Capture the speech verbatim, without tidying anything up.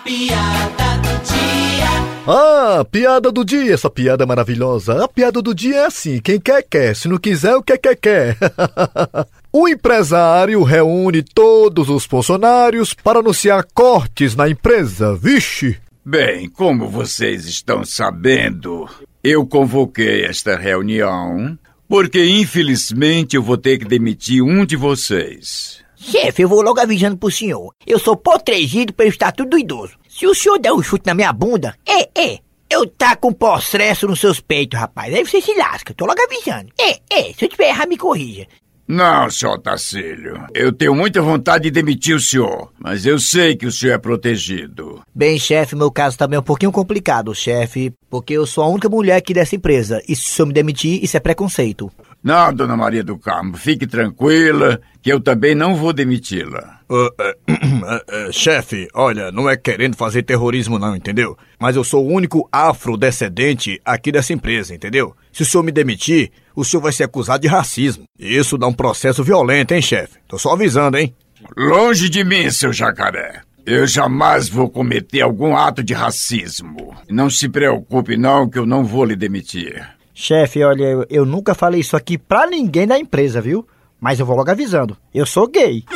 piada do dia. Ah, piada do dia, essa piada é maravilhosa. A piada do dia é assim, quem quer, quer. Se não quiser, o que quer, quer. O empresário reúne todos os funcionários para anunciar cortes na empresa. Vixe! Bem, como vocês estão sabendo, eu convoquei esta reunião porque, infelizmente, eu vou ter que demitir um de vocês. Chefe, eu vou logo avisando pro senhor. Eu sou protegido pelo Estatuto do Idoso. Se o senhor der um chute na minha bunda, é, é, eu tá com pós-stresso nos seus peitos, rapaz. Aí você se lasca, tô logo avisando. É, é, se eu tiver errado, me corrija. Não, senhor Tacílio, eu tenho muita vontade de demitir o senhor, mas eu sei que o senhor é protegido. Bem, chefe, meu caso também é um pouquinho complicado, chefe, porque eu sou a única mulher aqui dessa empresa, e se o senhor me demitir, isso é preconceito. Não, dona Maria do Carmo, fique tranquila, que eu também não vou demiti-la. Uh, uh, uh, uh, chefe, olha, não é querendo fazer terrorismo não, entendeu? Mas eu sou o único afrodescendente aqui dessa empresa, entendeu? Se o senhor me demitir, o senhor vai ser acusado de racismo. E isso dá um processo violento, hein, chefe? Tô só avisando, hein? Longe de mim, seu jacaré. Eu jamais vou cometer algum ato de racismo. Não se preocupe não, que eu não vou lhe demitir. Chefe, olha, eu, eu nunca falei isso aqui pra ninguém da empresa, viu? Mas eu vou logo avisando, eu sou gay.